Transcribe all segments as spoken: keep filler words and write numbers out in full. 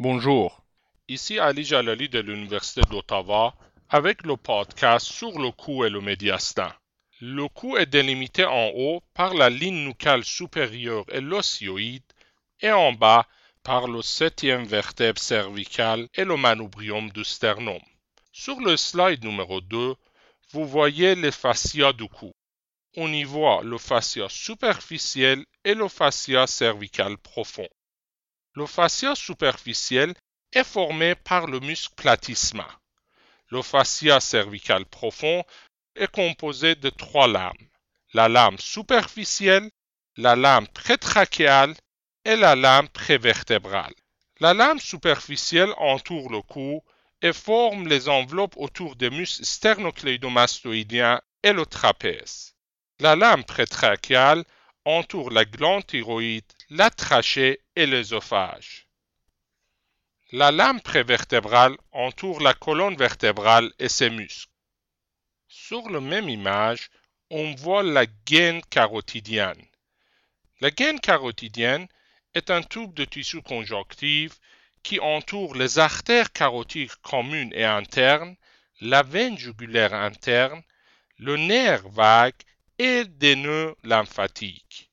Bonjour, ici Ali Jalali de l'Université d'Ottawa avec le podcast sur le cou et le médiastin. Le cou est délimité en haut par la ligne nucale supérieure et l'osioïde et en bas par le septième vertèbre cervicale et le manubrium du sternum. Sur le slide numéro deux, vous voyez les fascias du cou. On y voit le fascia superficiel et le fascia cervical profond. Le fascia superficiel est formé par le muscle platysma. Le fascia cervical profond est composé de trois lames, la lame superficielle, la lame prétrachéale et la lame prévertébrale. La lame superficielle entoure le cou et forme les enveloppes autour des muscles sternocleidomastoïdiens et le trapèze. La lame prétrachéale entoure la glande thyroïde, la trachée et l'œsophage. La lame prévertébrale entoure la colonne vertébrale et ses muscles. Sur la même image, on voit la gaine carotidienne. La gaine carotidienne est un tube de tissu conjonctif qui entoure les artères carotiques communes et internes, la veine jugulaire interne, le nerf vague et des nœuds lymphatiques.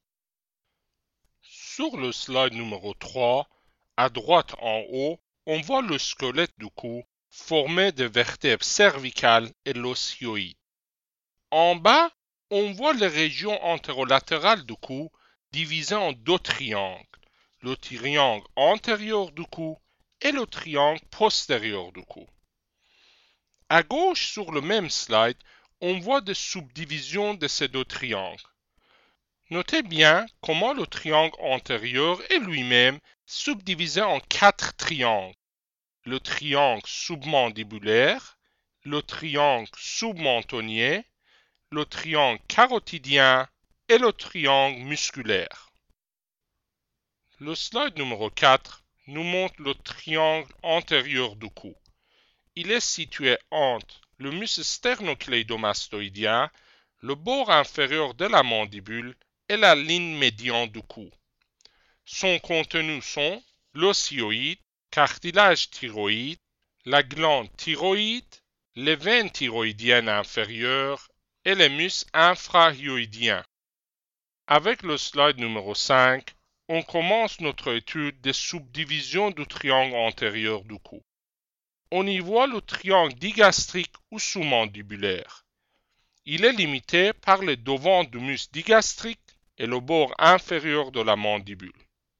Sur le slide numéro trois, à droite en haut, on voit le squelette du cou formé de vertèbres cervicales et l'osioïde. En bas, on voit les régions antérolatérales du cou divisées en deux triangles, le triangle antérieur du cou et le triangle postérieur du cou. À gauche sur le même slide, on voit des subdivisions de ces deux triangles. Notez bien comment le triangle antérieur est lui-même subdivisé en quatre triangles. Le triangle submandibulaire, le triangle submentonnier, le triangle carotidien et le triangle musculaire. Le slide numéro quatre nous montre le triangle antérieur du cou. Il est situé entre le muscle sternocleidomastoïdien, le bord inférieur de la mandibule et la ligne médiane du cou. Son contenu sont l'osioïde, cartilage thyroïde, la glande thyroïde, les veines thyroïdiennes inférieures et les muscles infrahyoïdiens. Avec le slide numéro cinq, on commence notre étude des subdivisions du triangle antérieur du cou. On y voit le triangle digastrique ou sous-mandibulaire. Il est limité par les devants du muscle digastrique et le bord inférieur de la mandibule.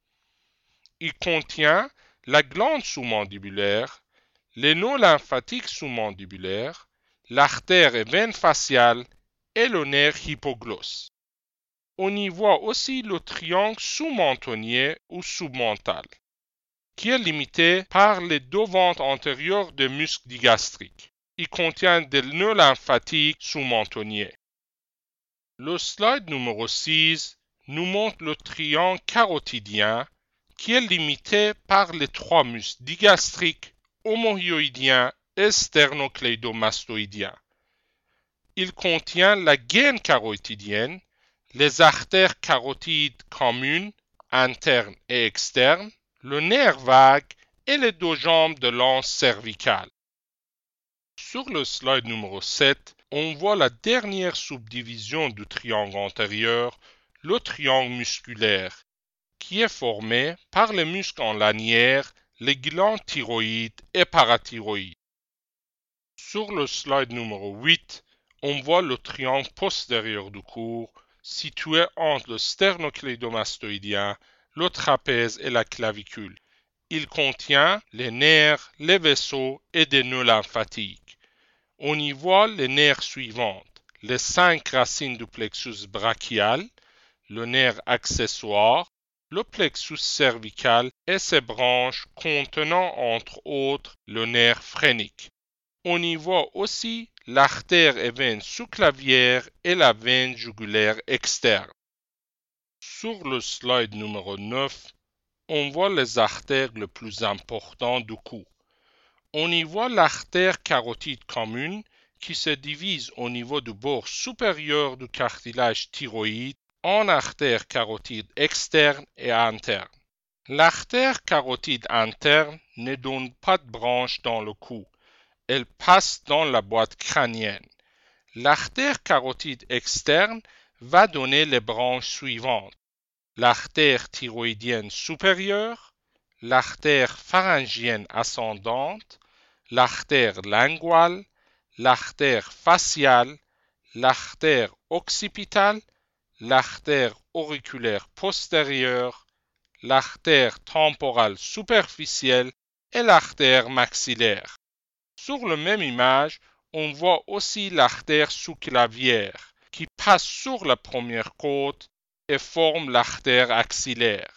Il contient la glande sous-mandibulaire, les nœuds lymphatiques sous-mandibulaires, l'artère et veine faciale et le nerf hypoglosse. On y voit aussi le triangle sous-mentonnier ou submental, qui est limité par les devants antérieurs des muscles digastriques. Il contient des nœuds lymphatiques sous-mentonniers. Le slide numéro six nous montre le triangle carotidien qui est limité par les trois muscles digastriques, homohyoïdiens et sternocleidomastoïdiens. Il contient la gaine carotidienne, les artères carotides communes, internes et externes, le nerf vague et les deux jambes de l'anse cervicale. Sur le slide numéro sept, on voit la dernière subdivision du triangle antérieur, le triangle musculaire, qui est formé par les muscles en lanière, les glandes thyroïdes et parathyroïdes. Sur le slide numéro huit, on voit le triangle postérieur du cou, situé entre le sternocleidomastoïdien, le trapèze et la clavicule. Il contient les nerfs, les vaisseaux et des nœuds lymphatiques. On y voit les nerfs suivants, les cinq racines du plexus brachial, le nerf accessoire, le plexus cervical et ses branches contenant entre autres le nerf phrénique. On y voit aussi l'artère et veine sous-clavière et la veine jugulaire externe. Sur le slide numéro neuf, on voit les artères les plus importantes du cou. On y voit l'artère carotide commune qui se divise au niveau du bord supérieur du cartilage thyroïde en artère carotide externe et interne. L'artère carotide interne ne donne pas de branche dans le cou. Elle passe dans la boîte crânienne. L'artère carotide externe va donner les branches suivantes. L'artère thyroïdienne supérieure, l'artère pharyngienne ascendante, l'artère linguale, l'artère faciale, l'artère occipitale, l'artère auriculaire postérieure, l'artère temporale superficielle et l'artère maxillaire. Sur la même image, on voit aussi l'artère sous-clavière qui passe sur la première côte et forme l'artère axillaire.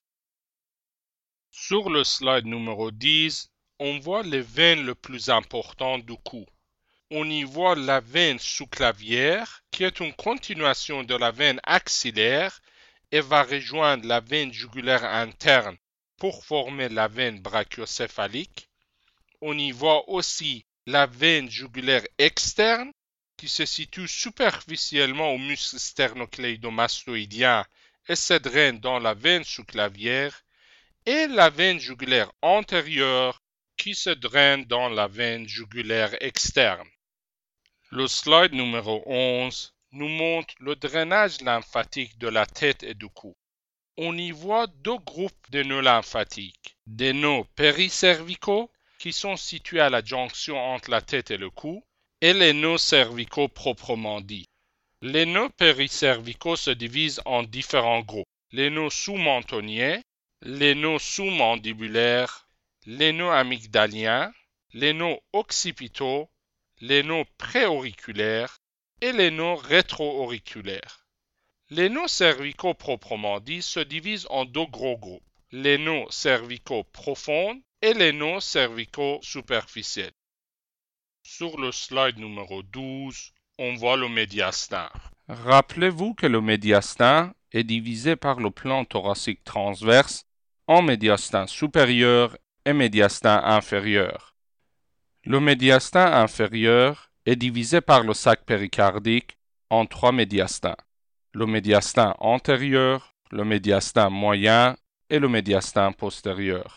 Sur le slide numéro dix, on voit les veines les plus importantes du cou. On y voit la veine sous-clavière qui est une continuation de la veine axillaire et va rejoindre la veine jugulaire interne pour former la veine brachiocéphalique. On y voit aussi la veine jugulaire externe qui se situe superficiellement au muscle sternocléidomastoïdien et se draine dans la veine sous-clavière, et la veine jugulaire antérieure qui se draine dans la veine jugulaire externe. Le slide numéro onze nous montre le drainage lymphatique de la tête et du cou. On y voit deux groupes de nœuds lymphatiques, des nœuds péricervicaux qui sont situés à la jonction entre la tête et le cou, et les nœuds cervicaux proprement dits. Les nœuds péricervicaux se divisent en différents groupes, les nœuds sous-mentonniers, les nœuds sous-mandibulaires, les nœuds amygdaliens, les nœuds occipitaux, les nœuds préauriculaires et les nœuds rétro-auriculaires. Les nœuds cervicaux proprement dits se divisent en deux gros groupes, les nœuds cervicaux profonds et les nœuds cervicaux superficiels. Sur le slide numéro douze, on voit le médiastin. Rappelez-vous que le médiastin est divisé par le plan thoracique transverse en médiastin supérieur et médiastin inférieur. Le médiastin inférieur est divisé par le sac péricardique en trois médiastins. Le médiastin antérieur, le médiastin moyen et le médiastin postérieur.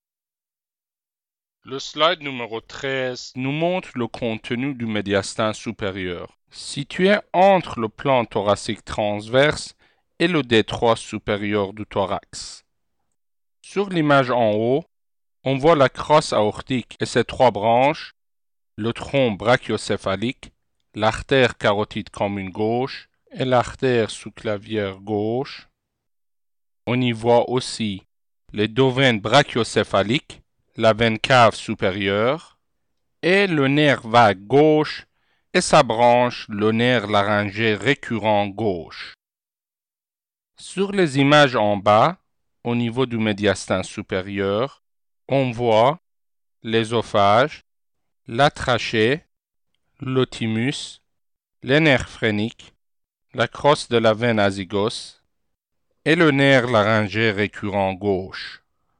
Le slide numéro treize nous montre le contenu du médiastin supérieur, situé entre le plan thoracique transverse et le détroit supérieur du thorax. Sur l'image en haut, on voit la crosse aortique et ses trois branches, le tronc brachiocéphalique, l'artère carotide commune gauche et l'artère sous-clavière gauche. On y voit aussi les deux veines brachiocéphaliques, la veine cave supérieure, et le nerf vague gauche et sa branche, le nerf laryngé récurrent gauche. Sur les images en bas, au niveau du médiastin supérieur, on voit l'œsophage, la trachée, le thymus, les nerfs phréniques, la crosse de la veine azygos et le nerf laryngé récurrent gauche.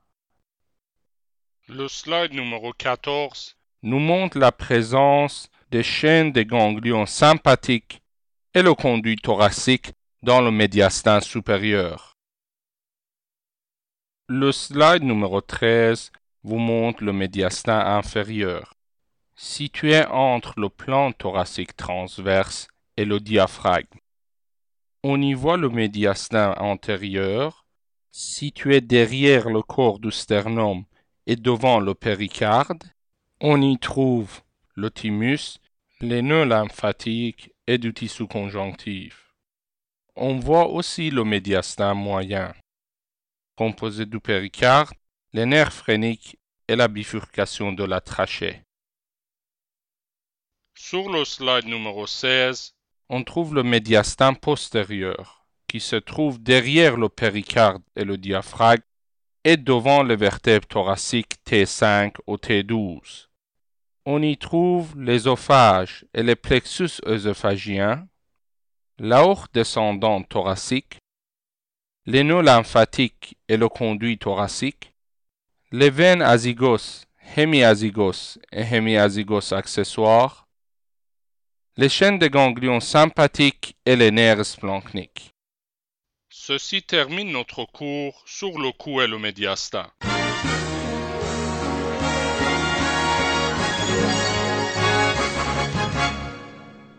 Le slide numéro quatorze nous montre la présence des chaînes de ganglions sympathiques et le conduit thoracique dans le médiastin supérieur. Le slide numéro treize vous montre le médiastin inférieur, situé entre le plan thoracique transverse et le diaphragme. On y voit le médiastin antérieur, situé derrière le corps du sternum et devant le péricarde. On y trouve le thymus, les nœuds lymphatiques et du tissu conjonctif. On voit aussi le médiastin moyen, composé du péricarde, les nerfs phréniques et la bifurcation de la trachée. Sur le slide numéro seize, on trouve le médiastin postérieur, qui se trouve derrière le péricarde et le diaphragme et devant les vertèbres thoraciques T cinq au T douze. On y trouve l'œsophage et les plexus œsophagiens, l'aorte descendante thoracique, les nœuds lymphatiques et le conduit thoracique, les veines azygos, hémiazygos et hémiazygos accessoires, les chaînes de ganglions sympathiques et les nerfs splanchniques. Ceci termine notre cours sur le coût et le médiastin.